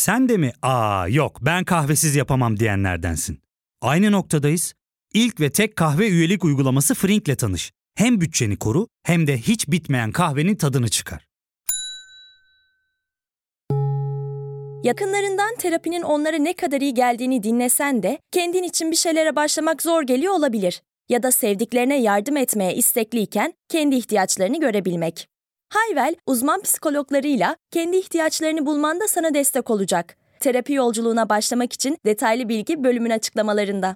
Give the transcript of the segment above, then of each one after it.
Sen de mi yok ben kahvesiz yapamam diyenlerdensin? Aynı noktadayız. İlk ve tek kahve üyelik uygulaması Frink'le tanış. Hem bütçeni koru hem de hiç bitmeyen kahvenin tadını çıkar. Yakınlarından terapinin onlara ne kadar iyi geldiğini dinlesen de kendin için bir şeylere başlamak zor geliyor olabilir. Ya da sevdiklerine yardım etmeye istekliyken kendi ihtiyaçlarını görebilmek. Hayvel, uzman psikologlarıyla kendi ihtiyaçlarını bulmanda sana destek olacak. Terapi yolculuğuna başlamak için detaylı bilgi bölümün açıklamalarında.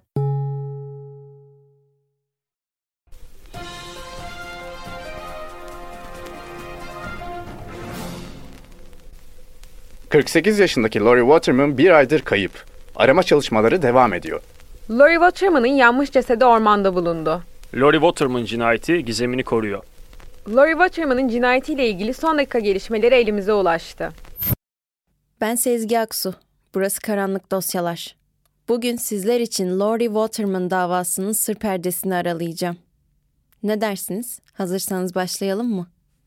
...48 yaşındaki Lori Waterman bir aydır kayıp. Arama çalışmaları devam ediyor. Lori Waterman'ın yanmış cesedi ormanda bulundu. Lori Waterman cinayeti gizemini koruyor. Lori Waterman'ın cinayetiyle ilgili son dakika gelişmeleri elimize ulaştı. Ben Sezgi Aksu. Burası Karanlık Dosyalar. Bugün sizler için Lori Waterman davasının sır perdesini aralayacağım. Ne dersiniz? Hazırsanız başlayalım mı?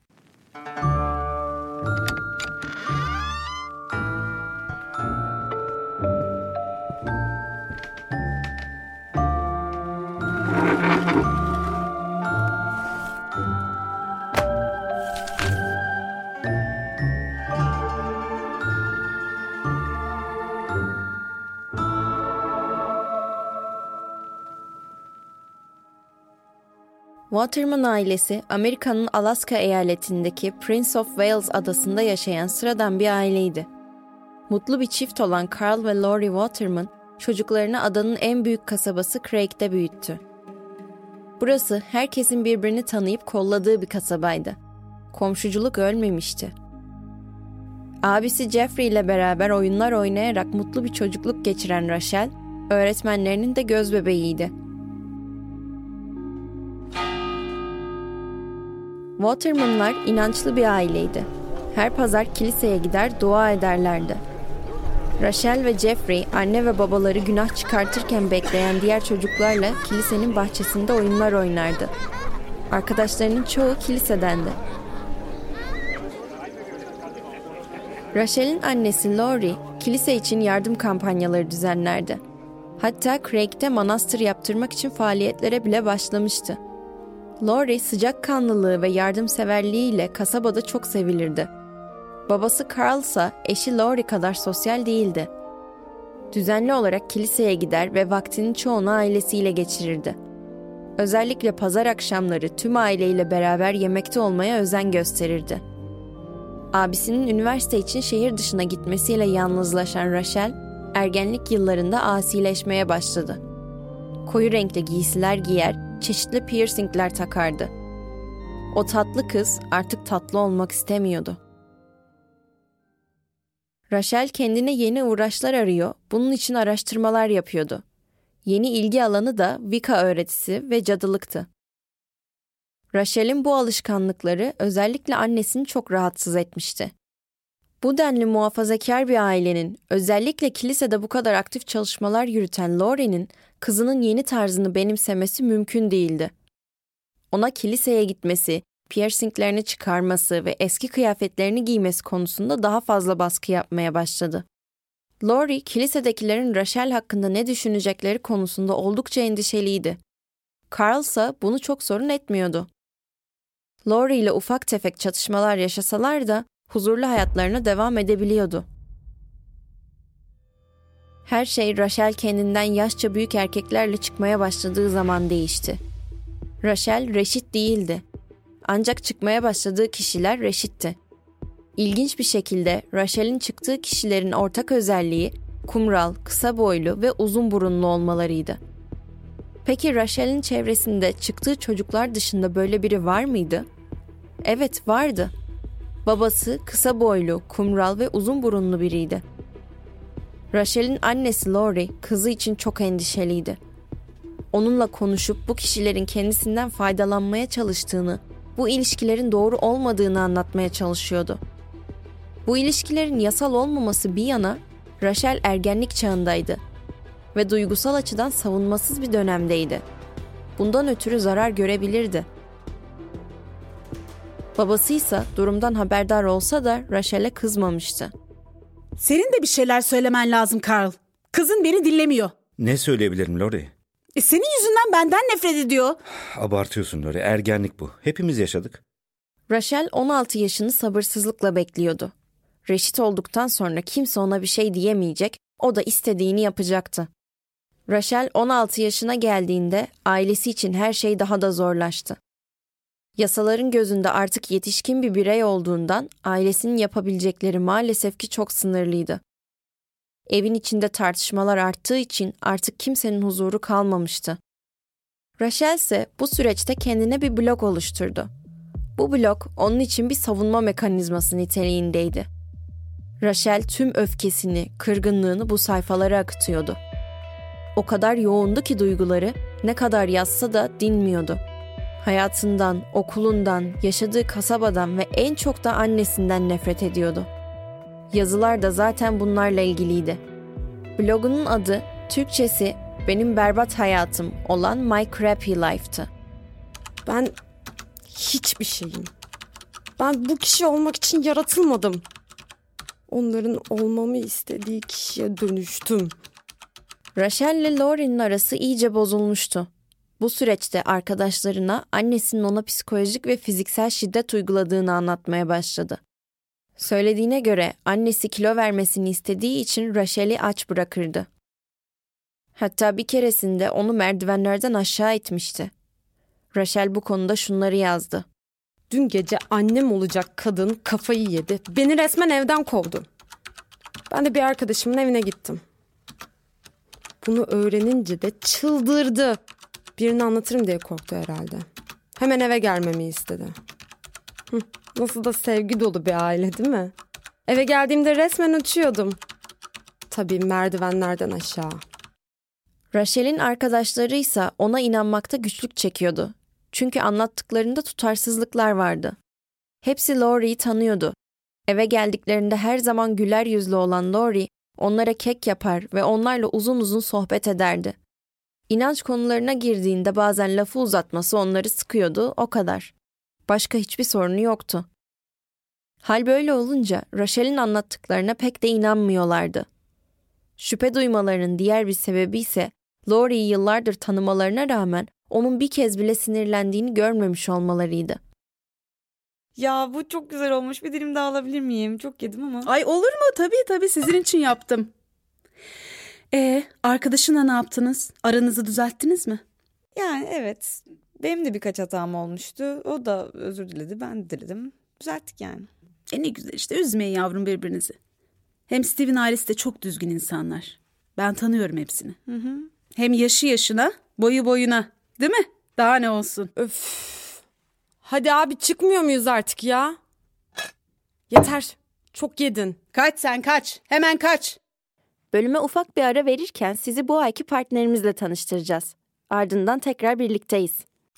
Waterman ailesi, Amerika'nın Alaska eyaletindeki Prince of Wales adasında yaşayan sıradan bir aileydi. Mutlu bir çift olan Carl ve Lori Waterman, çocuklarını adanın en büyük kasabası Craig'de büyüttü. Burası herkesin birbirini tanıyıp kolladığı bir kasabaydı. Komşuculuk ölmemişti. Abisi Jeffrey ile beraber oyunlar oynayarak mutlu bir çocukluk geçiren Rachel, öğretmenlerinin de gözbebeğiydi. Waterman'lar inançlı bir aileydi. Her pazar kiliseye gider, dua ederlerdi. Rachel ve Jeffrey, anne ve babaları günah çıkartırken bekleyen diğer çocuklarla kilisenin bahçesinde oyunlar oynardı. Arkadaşlarının çoğu kilisedendi. Rachel'in annesi Lori, kilise için yardım kampanyaları düzenlerdi. Hatta Craig'de manastır yaptırmak için faaliyetlere bile başlamıştı. Lori sıcakkanlılığı ve yardımseverliğiyle kasabada çok sevilirdi. Babası Carl ise eşi Lori kadar sosyal değildi. Düzenli olarak kiliseye gider ve vaktinin çoğunu ailesiyle geçirirdi. Özellikle pazar akşamları tüm aileyle beraber yemekte olmaya özen gösterirdi. Abisinin üniversite için şehir dışına gitmesiyle yalnızlaşan Rachel, ergenlik yıllarında asileşmeye başladı. Koyu renkli giysiler giyer, çeşitli piercingler takardı. O tatlı kız artık tatlı olmak istemiyordu. Rachel kendine yeni uğraşlar arıyor, bunun için araştırmalar yapıyordu. Yeni ilgi alanı da Wicca öğretisi ve cadılıktı. Rachel'in bu alışkanlıkları özellikle annesini çok rahatsız etmişti. Bu denli muhafazakar bir ailenin, özellikle kilisede bu kadar aktif çalışmalar yürüten Lori'nin kızının yeni tarzını benimsemesi mümkün değildi. Ona kiliseye gitmesi, piercinglerini çıkarması ve eski kıyafetlerini giymesi konusunda daha fazla baskı yapmaya başladı. Lori, kilisedekilerin Rachel hakkında ne düşünecekleri konusunda oldukça endişeliydi. Carl ise bunu çok sorun etmiyordu. Lori ile ufak tefek çatışmalar yaşasalar da huzurlu hayatlarına devam edebiliyordu. Her şey Rachel kendinden yaşça büyük erkeklerle çıkmaya başladığı zaman değişti. Rachel reşit değildi. Ancak çıkmaya başladığı kişiler reşitti. İlginç bir şekilde Rachel'in çıktığı kişilerin ortak özelliği kumral, kısa boylu ve uzun burunlu olmalarıydı. Peki Rachel'in çevresinde çıktığı çocuklar dışında böyle biri var mıydı? Evet, vardı. Babası kısa boylu, kumral ve uzun burunlu biriydi. Rachel'in annesi Lori kızı için çok endişeliydi. Onunla konuşup bu kişilerin kendisinden faydalanmaya çalıştığını, bu ilişkilerin doğru olmadığını anlatmaya çalışıyordu. Bu ilişkilerin yasal olmaması bir yana, Rachel ergenlik çağındaydı ve duygusal açıdan savunmasız bir dönemdeydi. Bundan ötürü zarar görebilirdi. Babasıysa durumdan haberdar olsa da Rachel'e kızmamıştı. Senin de bir şeyler söylemen lazım Carl. Kızın beni dinlemiyor. Ne söyleyebilirim Lori? Senin yüzünden benden nefret ediyor. Abartıyorsun Lori. Ergenlik bu. Hepimiz yaşadık. Rachel 16 yaşını sabırsızlıkla bekliyordu. Reşit olduktan sonra kimse ona bir şey diyemeyecek, o da istediğini yapacaktı. Rachel 16 yaşına geldiğinde ailesi için her şey daha da zorlaştı. Yasaların gözünde artık yetişkin bir birey olduğundan ailesinin yapabilecekleri maalesef ki çok sınırlıydı. Evin içinde tartışmalar arttığı için artık kimsenin huzuru kalmamıştı. Rachel ise bu süreçte kendine bir blog oluşturdu. Bu blog onun için bir savunma mekanizması niteliğindeydi. Rachel tüm öfkesini, kırgınlığını bu sayfalara akıtıyordu. O kadar yoğundu ki duyguları, ne kadar yazsa da dinmiyordu. Hayatından, okulundan, yaşadığı kasabadan ve en çok da annesinden nefret ediyordu. Yazılar da zaten bunlarla ilgiliydi. Blogunun adı, Türkçesi Benim Berbat Hayatım olan My Crappy Life'tı. Ben hiçbir şeyim. Ben bu kişi olmak için yaratılmadım. Onların olmamı istediği kişiye dönüştüm. Rachel ile Laurie'nin arası iyice bozulmuştu. Bu süreçte arkadaşlarına annesinin ona psikolojik ve fiziksel şiddet uyguladığını anlatmaya başladı. Söylediğine göre annesi kilo vermesini istediği için Rachel'i aç bırakırdı. Hatta bir keresinde onu merdivenlerden aşağı itmişti. Rachel bu konuda şunları yazdı. Dün gece annem olacak kadın kafayı yedi. Beni resmen evden kovdu. Ben de bir arkadaşımın evine gittim. Bunu öğrenince de çıldırdı. Birini anlatırım diye korktu herhalde. Hemen eve gelmemi istedi. Nasıl da sevgi dolu bir aile değil mi? Eve geldiğimde resmen uçuyordum. Tabii merdivenlerden aşağı. Rachel'in arkadaşları ise ona inanmakta güçlük çekiyordu. Çünkü anlattıklarında tutarsızlıklar vardı. Hepsi Laurie'yi tanıyordu. Eve geldiklerinde her zaman güler yüzlü olan Laurie, onlara kek yapar ve onlarla uzun uzun sohbet ederdi. İnanç konularına girdiğinde bazen lafı uzatması onları sıkıyordu, o kadar. Başka hiçbir sorunu yoktu. Hal böyle olunca Rachel'in anlattıklarına pek de inanmıyorlardı. Şüphe duymalarının diğer bir sebebi ise Laurie'yi yıllardır tanımalarına rağmen onun bir kez bile sinirlendiğini görmemiş olmalarıydı. Ya bu çok güzel olmuş. Bir dilim daha alabilir miyim? Çok yedim ama. Ay olur mu? Tabii sizin için yaptım. Arkadaşına ne yaptınız? Aranızı düzelttiniz mi? Yani evet. Benim de birkaç hatam olmuştu. O da özür diledi. Ben de diledim. Düzelttik yani. Ne güzel işte. Üzmeyin yavrum birbirinizi. Hem Steve'in ailesi de çok düzgün insanlar. Ben tanıyorum hepsini. Hı. Hem yaşı yaşına, boyu boyuna. Değil mi? Daha ne olsun? Öf. Hadi abi çıkmıyor muyuz artık ya? Yeter. Çok yedin. Kaç sen kaç. Hemen kaç. Bölüme ufak bir ara verirken sizi bu ayki partnerimizle tanıştıracağız. Ardından tekrar birlikteyiz.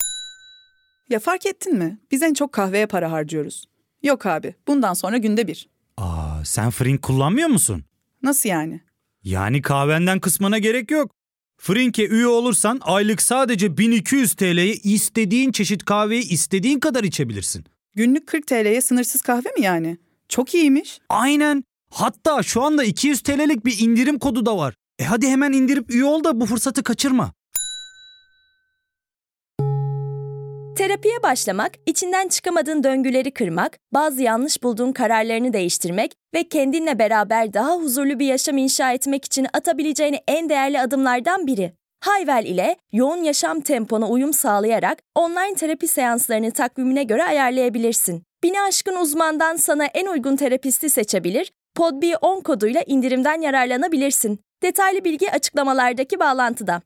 Ya fark ettin mi? Biz en çok kahveye para harcıyoruz. Yok abi, bundan sonra günde bir. Sen Frink kullanmıyor musun? Nasıl yani? Yani kahvenden kısmına gerek yok. Frink'e üye olursan aylık sadece 1200 TL'ye istediğin çeşit kahveyi istediğin kadar içebilirsin. Günlük 40 TL'ye sınırsız kahve mi yani? Çok iyiymiş. Aynen. Hatta şu anda 200 TL'lik bir indirim kodu da var. Hadi hemen indirip üye ol da bu fırsatı kaçırma. Terapiye başlamak, içinden çıkamadığın döngüleri kırmak, bazı yanlış bulduğun kararlarını değiştirmek ve kendinle beraber daha huzurlu bir yaşam inşa etmek için atabileceğin en değerli adımlardan biri. Hayvel ile yoğun yaşam tempona uyum sağlayarak online terapi seanslarını takvimine göre ayarlayabilirsin. 1000'i aşkın uzmandan sana en uygun terapisti seçebilir, PodB10 koduyla indirimden yararlanabilirsin. Detaylı bilgi açıklamalardaki bağlantıda.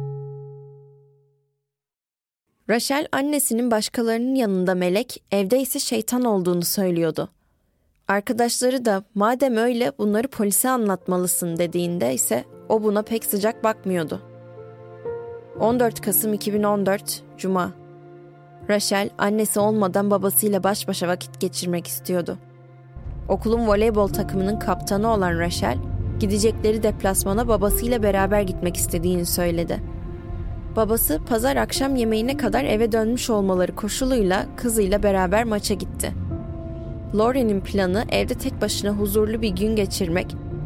Rachel annesinin başkalarının yanında melek, evde ise şeytan olduğunu söylüyordu. Arkadaşları da madem öyle bunları polise anlatmalısın dediğinde ise o buna pek sıcak bakmıyordu. 14 Kasım 2014 Cuma. Rachel annesi olmadan babasıyla baş başa vakit geçirmek istiyordu. Okulun voleybol takımının kaptanı olan Rachel, gidecekleri deplasmana babasıyla beraber gitmek istediğini söyledi. Babası pazar akşam yemeğine kadar eve dönmüş olmaları koşuluyla kızıyla beraber maça gitti. Laurie'nin planı evde tek başına huzurlu bir gün geçirmek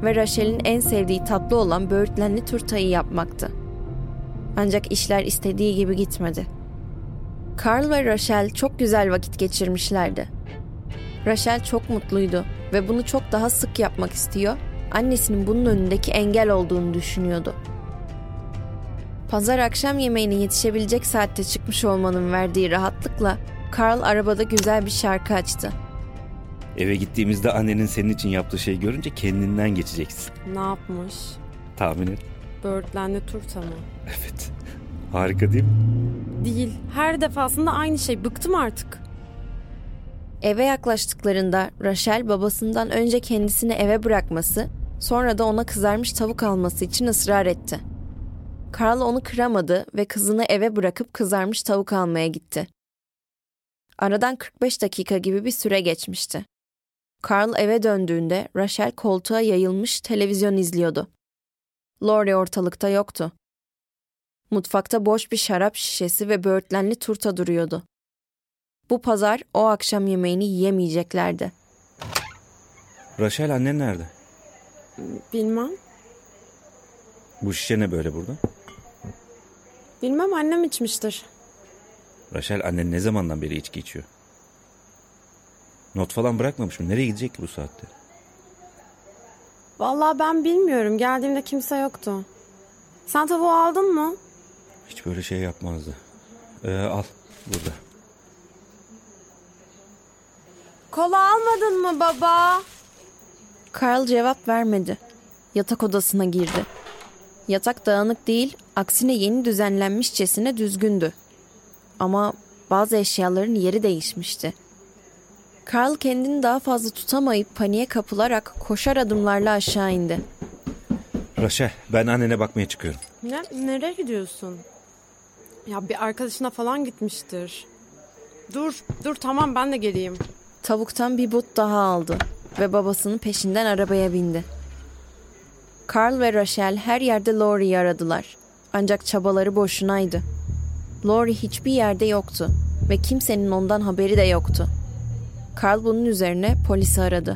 ve Rachel'in en sevdiği tatlı olan böğürtlenli turtayı yapmaktı. Ancak işler istediği gibi gitmedi. Carl ve Rachel çok güzel vakit geçirmişlerdi. Rachel çok mutluydu ve bunu çok daha sık yapmak istiyor, annesinin bunun önündeki engel olduğunu düşünüyordu. Pazar akşam yemeğine yetişebilecek saatte çıkmış olmanın verdiği rahatlıkla Carl arabada güzel bir şarkı açtı. Eve gittiğimizde annenin senin için yaptığı şeyi görünce kendinden geçeceksin. Ne yapmış? Tahmin et. Böğürtlenli turta mı? Evet. Harika değil mi? Değil. Her defasında aynı şey. Bıktım artık. Eve yaklaştıklarında Rachel babasından önce kendisini eve bırakması, sonra da ona kızarmış tavuk alması için ısrar etti. Carl onu kıramadı ve kızını eve bırakıp kızarmış tavuk almaya gitti. Aradan 45 dakika gibi bir süre geçmişti. Carl eve döndüğünde Rachel koltuğa yayılmış televizyon izliyordu. Laurie ortalıkta yoktu. Mutfakta boş bir şarap şişesi ve böğürtlenli turta duruyordu. Bu pazar o akşam yemeğini yiyemeyeceklerdi. Rachel, annen nerede? Bilmem. Bu şişe ne böyle burada? Bilmem, annem içmiştir. Rachel, annen ne zamandan beri içki içiyor? Not falan bırakmamış mı? Nereye gidecek ki bu saatte? Vallahi ben bilmiyorum. Geldiğimde kimse yoktu. Sen tavuğu aldın mı? Hiç böyle şey yapmazdı. Al burada. Kola almadın mı baba? Carl cevap vermedi. Yatak odasına girdi. Yatak dağınık değil, aksine yeni düzenlenmişçesine düzgündü. Ama bazı eşyaların yeri değişmişti. Carl kendini daha fazla tutamayıp paniğe kapılarak koşar adımlarla aşağı indi. Rachel, ben annene bakmaya çıkıyorum. Ne? Nereye gidiyorsun? Ya bir arkadaşına falan gitmiştir. Dur tamam, ben de geleyim. Tavuktan bir but daha aldı ve babasının peşinden arabaya bindi. Carl ve Rachel her yerde Laurie'yi aradılar. Ancak çabaları boşunaydı. Laurie hiçbir yerde yoktu ve kimsenin ondan haberi de yoktu. Carl bunun üzerine polisi aradı.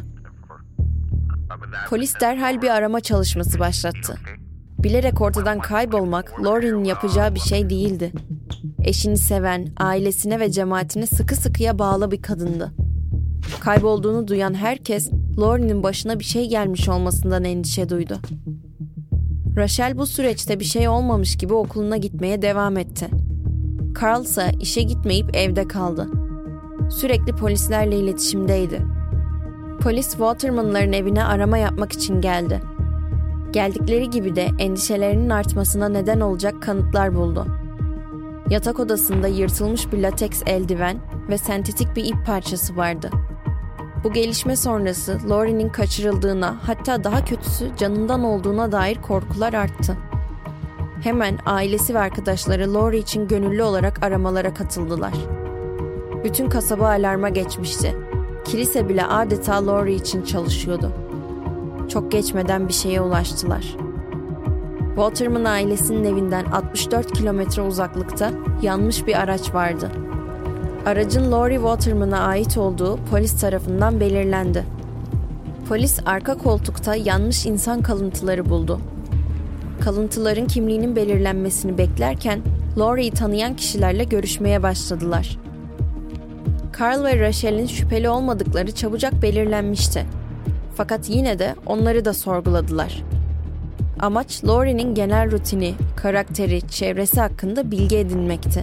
Polis derhal bir arama çalışması başlattı. Bilerek ortadan kaybolmak Laurie'nin yapacağı bir şey değildi. Eşini seven, ailesine ve cemaatine sıkı sıkıya bağlı bir kadındı. Kaybolduğunu duyan herkes Laurie'nin başına bir şey gelmiş olmasından endişe duydu. Rachel bu süreçte bir şey olmamış gibi okuluna gitmeye devam etti. Carl ise işe gitmeyip evde kaldı. Sürekli polislerle iletişimdeydi. Polis Waterman'ların evine arama yapmak için geldi. Geldikleri gibi de endişelerinin artmasına neden olacak kanıtlar buldu. Yatak odasında yırtılmış bir lateks eldiven ve sentetik bir ip parçası vardı. Bu gelişme sonrası Laurie'nin kaçırıldığına, hatta daha kötüsü canından olduğuna dair korkular arttı. Hemen ailesi ve arkadaşları Laurie için gönüllü olarak aramalara katıldılar. Bütün kasaba alarma geçmişti. Kilise bile adeta Laurie için çalışıyordu. Çok geçmeden bir şeye ulaştılar. Waterman ailesinin evinden 64 kilometre uzaklıkta yanmış bir araç vardı. Aracın Laurie Waterman'a ait olduğu polis tarafından belirlendi. Polis arka koltukta yanmış insan kalıntıları buldu. Kalıntıların kimliğinin belirlenmesini beklerken Laurie'yi tanıyan kişilerle görüşmeye başladılar. Carl ve Rachel'in şüpheli olmadıkları çabucak belirlenmişti. Fakat yine de onları da sorguladılar. Amaç Laurie'nin genel rutini, karakteri, çevresi hakkında bilgi edinmekti.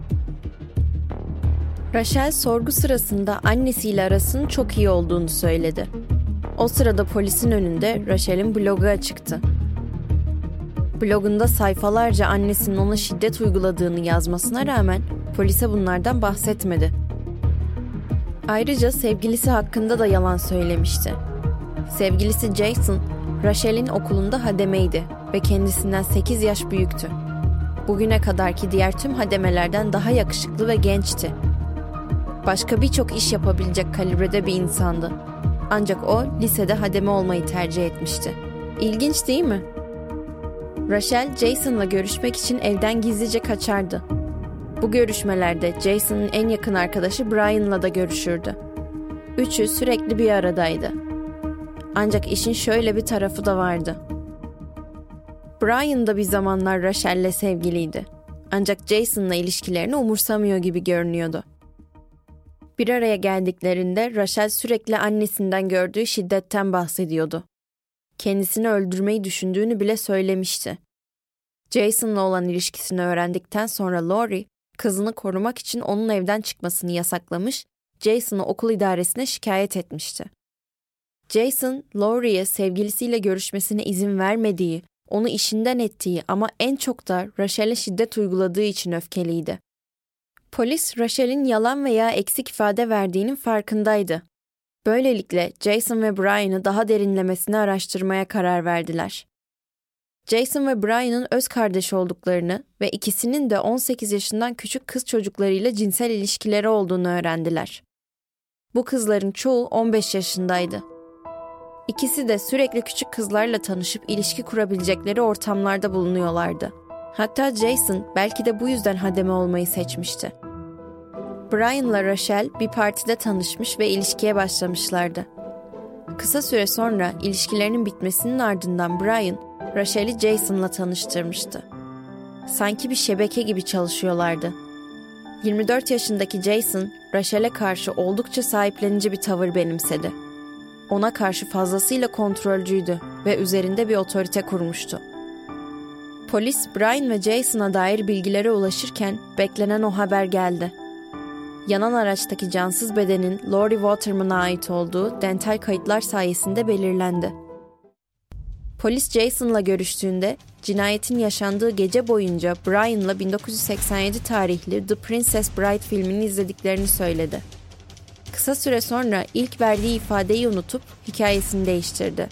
Rachel sorgu sırasında annesiyle arasının çok iyi olduğunu söyledi. O sırada polisin önünde Rachel'in blogu açıktı. Blogunda sayfalarca annesinin ona şiddet uyguladığını yazmasına rağmen polise bunlardan bahsetmedi. Ayrıca sevgilisi hakkında da yalan söylemişti. Sevgilisi Jason, Rachel'in okulunda hademeydi ve kendisinden 8 yaş büyüktü. Bugüne kadarki diğer tüm hademelerden daha yakışıklı ve gençti. Başka birçok iş yapabilecek kalibrede bir insandı. Ancak o lisede hademe olmayı tercih etmişti. İlginç değil mi? Rachel, Jason'la görüşmek için evden gizlice kaçardı. Bu görüşmelerde Jason'ın en yakın arkadaşı Brian'la da görüşürdü. Üçü sürekli bir aradaydı. Ancak işin şöyle bir tarafı da vardı. Brian da bir zamanlar Rachel'le sevgiliydi. Ancak Jason'la ilişkilerini umursamıyor gibi görünüyordu. Bir araya geldiklerinde Rachel sürekli annesinden gördüğü şiddetten bahsediyordu. Kendisini öldürmeyi düşündüğünü bile söylemişti. Jason'la olan ilişkisini öğrendikten sonra Lori, kızını korumak için onun evden çıkmasını yasaklamış, Jason'ı okul idaresine şikayet etmişti. Jason, Lori'ye sevgilisiyle görüşmesine izin vermediği, onu işinden ettiği ama en çok da Rachel'e şiddet uyguladığı için öfkeliydi. Polis, Rachel'in yalan veya eksik ifade verdiğinin farkındaydı. Böylelikle Jason ve Brian'ı daha derinlemesine araştırmaya karar verdiler. Jason ve Brian'ın öz kardeş olduklarını ve ikisinin de 18 yaşından küçük kız çocuklarıyla cinsel ilişkileri olduğunu öğrendiler. Bu kızların çoğu 15 yaşındaydı. İkisi de sürekli küçük kızlarla tanışıp ilişki kurabilecekleri ortamlarda bulunuyorlardı. Hatta Jason belki de bu yüzden hademe olmayı seçmişti. Brian'la Rachel bir partide tanışmış ve ilişkiye başlamışlardı. Kısa süre sonra ilişkilerinin bitmesinin ardından Brian, Rachel'i Jason'la tanıştırmıştı. Sanki bir şebeke gibi çalışıyorlardı. 24 yaşındaki Jason, Rachel'e karşı oldukça sahiplenici bir tavır benimsedi. Ona karşı fazlasıyla kontrolcüydü ve üzerinde bir otorite kurmuştu. Polis, Brian ve Jason'a dair bilgilere ulaşırken beklenen o haber geldi. Yanan araçtaki cansız bedenin Lori Waterman'a ait olduğu dental kayıtlar sayesinde belirlendi. Polis Jason'la görüştüğünde cinayetin yaşandığı gece boyunca Brian'la 1987 tarihli The Princess Bride filmini izlediklerini söyledi. Kısa süre sonra ilk verdiği ifadeyi unutup hikayesini değiştirdi.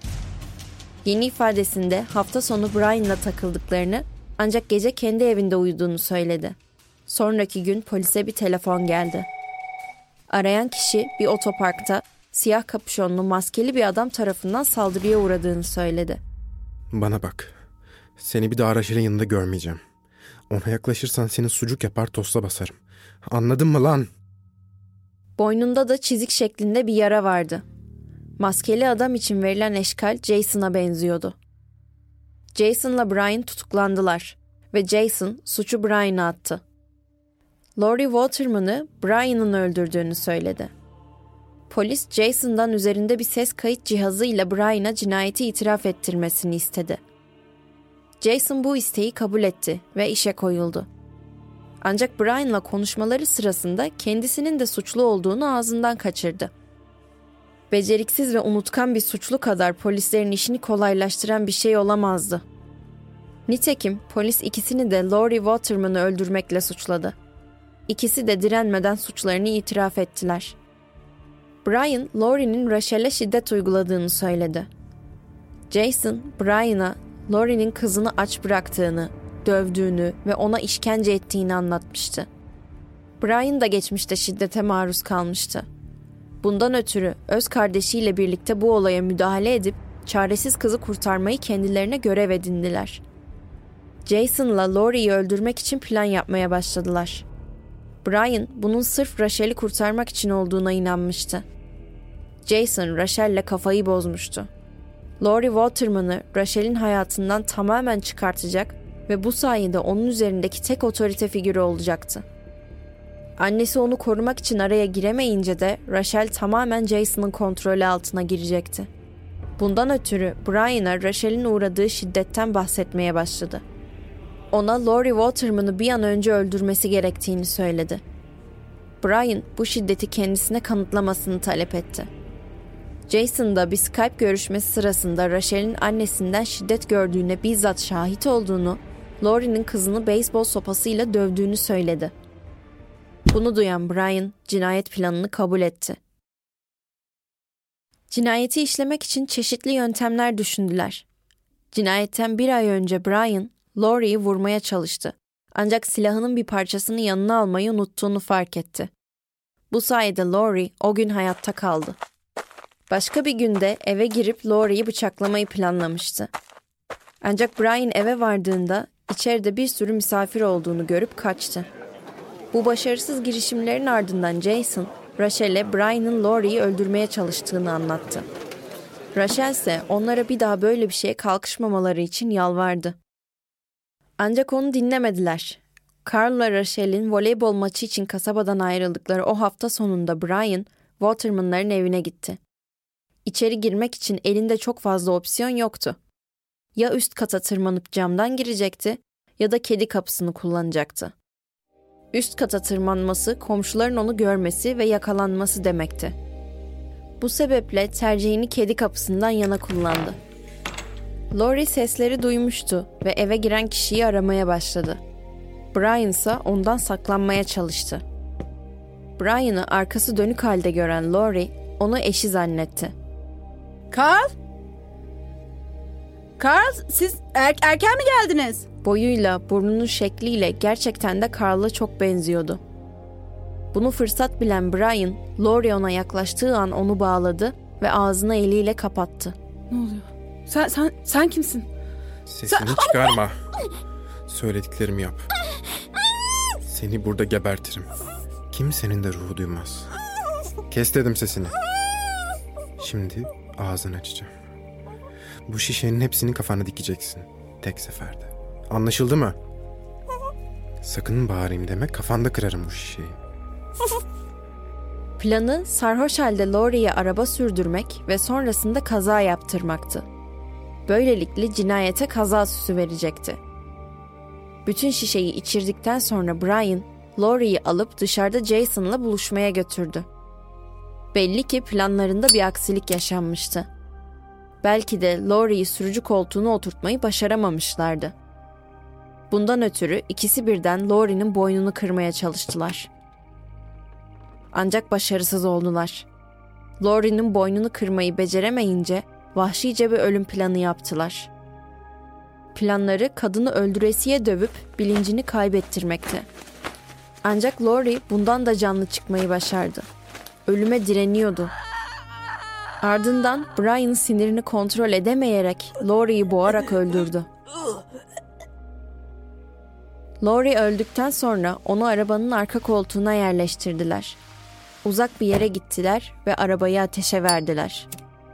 Yeni ifadesinde hafta sonu Brian'la takıldıklarını ancak gece kendi evinde uyuduğunu söyledi. Sonraki gün polise bir telefon geldi. Arayan kişi bir otoparkta siyah kapüşonlu maskeli bir adam tarafından saldırıya uğradığını söyledi. Bana bak, seni bir daha Rachel'in yanında görmeyeceğim. Ona yaklaşırsan seni sucuk yapar tosta basarım. Anladın mı lan? Boynunda da çizik şeklinde bir yara vardı. Maskeli adam için verilen eşkal Jason'a benziyordu. Jason'la Brian tutuklandılar ve Jason suçu Brian'a attı. Lori Waterman'ı Brian'ın öldürdüğünü söyledi. Polis Jason'dan üzerinde bir ses kayıt cihazıyla Brian'a cinayeti itiraf ettirmesini istedi. Jason bu isteği kabul etti ve işe koyuldu. Ancak Brian'la konuşmaları sırasında kendisinin de suçlu olduğunu ağzından kaçırdı. Beceriksiz ve unutkan bir suçlu kadar polislerin işini kolaylaştıran bir şey olamazdı. Nitekim polis ikisini de Lori Waterman'ı öldürmekle suçladı. İkisi de direnmeden suçlarını itiraf ettiler. Brian, Lori'nin Rachel'e şiddet uyguladığını söyledi. Jason, Brian'a Lori'nin kızını aç bıraktığını, dövdüğünü ve ona işkence ettiğini anlatmıştı. Brian da geçmişte şiddete maruz kalmıştı. Bundan ötürü öz kardeşiyle birlikte bu olaya müdahale edip çaresiz kızı kurtarmayı kendilerine görev edindiler. Jason'la Lori'yi öldürmek için plan yapmaya başladılar. Brian bunun sırf Rachel'i kurtarmak için olduğuna inanmıştı. Jason Rachel'le kafayı bozmuştu. Lori Waterman'ı Rachel'in hayatından tamamen çıkartacak ve bu sayede onun üzerindeki tek otorite figürü olacaktı. Annesi onu korumak için araya giremeyince de Rachel tamamen Jason'ın kontrolü altına girecekti. Bundan ötürü Brian'a Rachel'in uğradığı şiddetten bahsetmeye başladı. Ona Lori Waterman'ı bir an önce öldürmesi gerektiğini söyledi. Brian bu şiddeti kendisine kanıtlamasını talep etti. Jason da bir Skype görüşmesi sırasında Rachel'in annesinden şiddet gördüğüne bizzat şahit olduğunu, Lori'nin kızını beyzbol sopasıyla dövdüğünü söyledi. Bunu duyan Brian cinayet planını kabul etti. Cinayeti işlemek için çeşitli yöntemler düşündüler. Cinayetten bir ay önce Brian, Lori'yi vurmaya çalıştı. Ancak silahının bir parçasını yanına almayı unuttuğunu fark etti. Bu sayede Lori o gün hayatta kaldı. Başka bir günde eve girip Lori'yi bıçaklamayı planlamıştı. Ancak Brian eve vardığında içeride bir sürü misafir olduğunu görüp kaçtı. Bu başarısız girişimlerin ardından Jason, Rachel'e Brian'ın Lori'yi öldürmeye çalıştığını anlattı. Rachel ise onlara bir daha böyle bir şeye kalkışmamaları için yalvardı. Ancak onu dinlemediler. Carl'la Rachel'in voleybol maçı için kasabadan ayrıldıkları o hafta sonunda Brian, Waterman'ların evine gitti. İçeri girmek için elinde çok fazla opsiyon yoktu. Ya üst kata tırmanıp camdan girecekti ya da kedi kapısını kullanacaktı. Üst kata tırmanması komşuların onu görmesi ve yakalanması demekti. Bu sebeple tercihini kedi kapısından yana kullandı. Laurie sesleri duymuştu ve eve giren kişiyi aramaya başladı. Brian ise ondan saklanmaya çalıştı. Brian'ı arkası dönük halde gören Laurie onu eşi zannetti. Carl? Carl, siz erken mi geldiniz? Boyuyla, burnunun şekliyle gerçekten de Carl'a çok benziyordu. Bunu fırsat bilen Brian, Laurie ona yaklaştığı an onu bağladı ve ağzını eliyle kapattı. Ne oluyor? Sen kimsin? Sesini çıkarma. Söylediklerimi yap. Seni burada gebertirim. Kimsenin de ruhu duymaz. Kes dedim sesini. Şimdi ağzını açacağım. Bu şişenin hepsini kafana dikeceksin. Tek seferde. Anlaşıldı mı? Sakın bağırayım deme, kafanda kırarım bu şişeyi. Planı sarhoş halde Laurie'ye araba sürdürmek ve sonrasında kaza yaptırmaktı. Böylelikle cinayete kaza süsü verecekti. Bütün şişeyi içirdikten sonra Brian, Laurie'yi alıp dışarıda Jason'la buluşmaya götürdü. Belli ki planlarında bir aksilik yaşanmıştı. Belki de Laurie'yi sürücü koltuğuna oturtmayı başaramamışlardı. Bundan ötürü ikisi birden Laurie'nin boynunu kırmaya çalıştılar. Ancak başarısız oldular. Laurie'nin boynunu kırmayı beceremeyince vahşice bir ölüm planı yaptılar. Planları kadını öldüresiye dövüp bilincini kaybettirmekti. Ancak Laurie bundan da canlı çıkmayı başardı. Ölüme direniyordu. Ardından Brian sinirini kontrol edemeyerek Laurie'yi boğarak öldürdü. Laurie öldükten sonra onu arabanın arka koltuğuna yerleştirdiler. Uzak bir yere gittiler ve arabayı ateşe verdiler.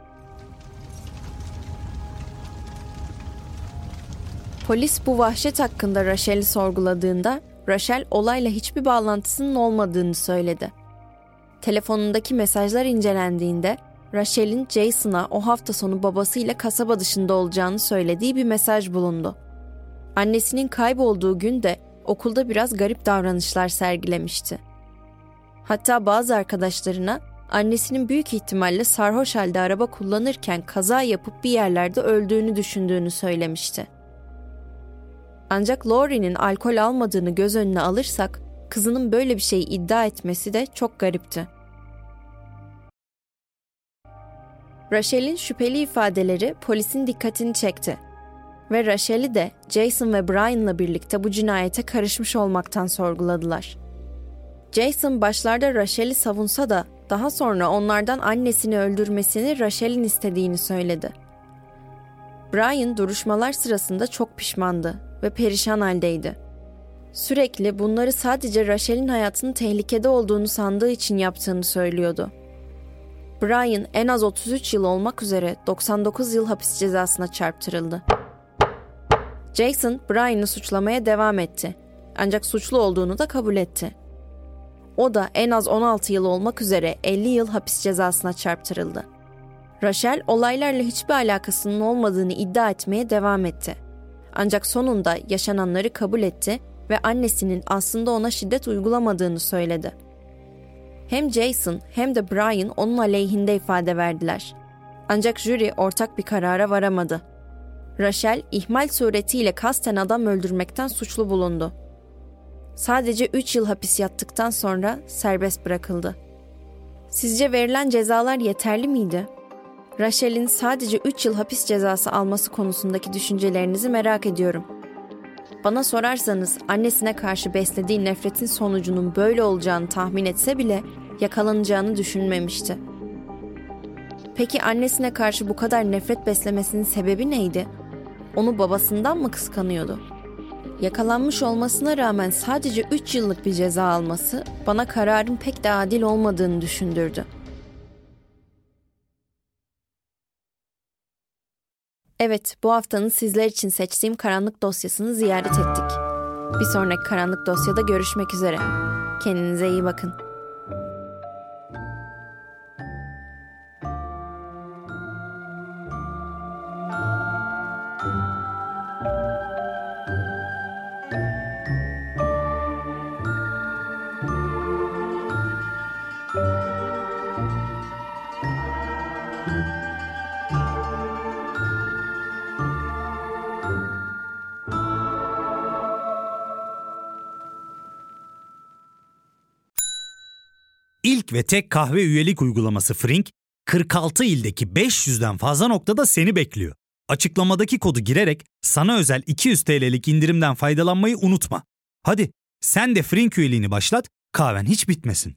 Polis bu vahşet hakkında Rachel'i sorguladığında Rachel olayla hiçbir bağlantısının olmadığını söyledi. Telefonundaki mesajlar incelendiğinde Rachel'in Jason'a o hafta sonu babasıyla kasaba dışında olacağını söylediği bir mesaj bulundu. Annesinin kaybolduğu gün de okulda biraz garip davranışlar sergilemişti. Hatta bazı arkadaşlarına annesinin büyük ihtimalle sarhoş halde araba kullanırken kaza yapıp bir yerlerde öldüğünü düşündüğünü söylemişti. Ancak Laurie'nin alkol almadığını göz önüne alırsak kızının böyle bir şey iddia etmesi de çok garipti. Rachel'in şüpheli ifadeleri polisin dikkatini çekti ve Rachel'i de Jason ve Brian'la birlikte bu cinayete karışmış olmaktan sorguladılar. Jason başlarda Rachel'i savunsa da daha sonra onlardan annesini öldürmesini Rachel'in istediğini söyledi. Brian duruşmalar sırasında çok pişmandı ve perişan haldeydi. Sürekli bunları sadece Rachel'in hayatının tehlikede olduğunu sandığı için yaptığını söylüyordu. Brian en az 33 yıl olmak üzere 99 yıl hapis cezasına çarptırıldı. Jason, Brian'ı suçlamaya devam etti. Ancak suçlu olduğunu da kabul etti. O da en az 16 yıl olmak üzere 50 yıl hapis cezasına çarptırıldı. Rachel, olaylarla hiçbir alakasının olmadığını iddia etmeye devam etti. Ancak sonunda yaşananları kabul etti ve annesinin aslında ona şiddet uygulamadığını söyledi. Hem Jason hem de Brian onun aleyhinde ifade verdiler. Ancak jüri ortak bir karara varamadı. Rachel, ihmal suretiyle kasten adam öldürmekten suçlu bulundu. Sadece 3 yıl hapis yattıktan sonra serbest bırakıldı. Sizce verilen cezalar yeterli miydi? Rachel'in sadece 3 yıl hapis cezası alması konusundaki düşüncelerinizi merak ediyorum. Bana sorarsanız annesine karşı beslediği nefretin sonucunun böyle olacağını tahmin etse bile yakalanacağını düşünmemişti. Peki annesine karşı bu kadar nefret beslemesinin sebebi neydi? Onu babasından mı kıskanıyordu? Yakalanmış olmasına rağmen sadece 3 yıllık bir ceza alması bana kararın pek de adil olmadığını düşündürdü. Evet, bu haftanın sizler için seçtiğim karanlık dosyasını ziyaret ettik. Bir sonraki karanlık dosyada görüşmek üzere. Kendinize iyi bakın. İlk ve tek kahve üyelik uygulaması Frink, 46 ildeki 500'den fazla noktada seni bekliyor. Açıklamadaki kodu girerek sana özel 200 TL'lik indirimden faydalanmayı unutma. Hadi sen de Frink üyeliğini başlat, kahven hiç bitmesin.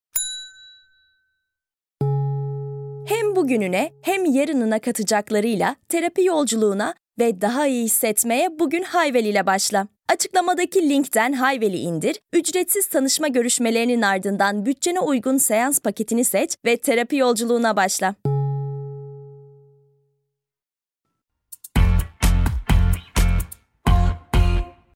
Hem bugününe hem yarınına katacaklarıyla terapi yolculuğuna ve daha iyi hissetmeye bugün Hayvel ile başla. Açıklamadaki linkten Hayvel'i indir, ücretsiz tanışma görüşmelerinin ardından bütçene uygun seans paketini seç ve terapi yolculuğuna başla.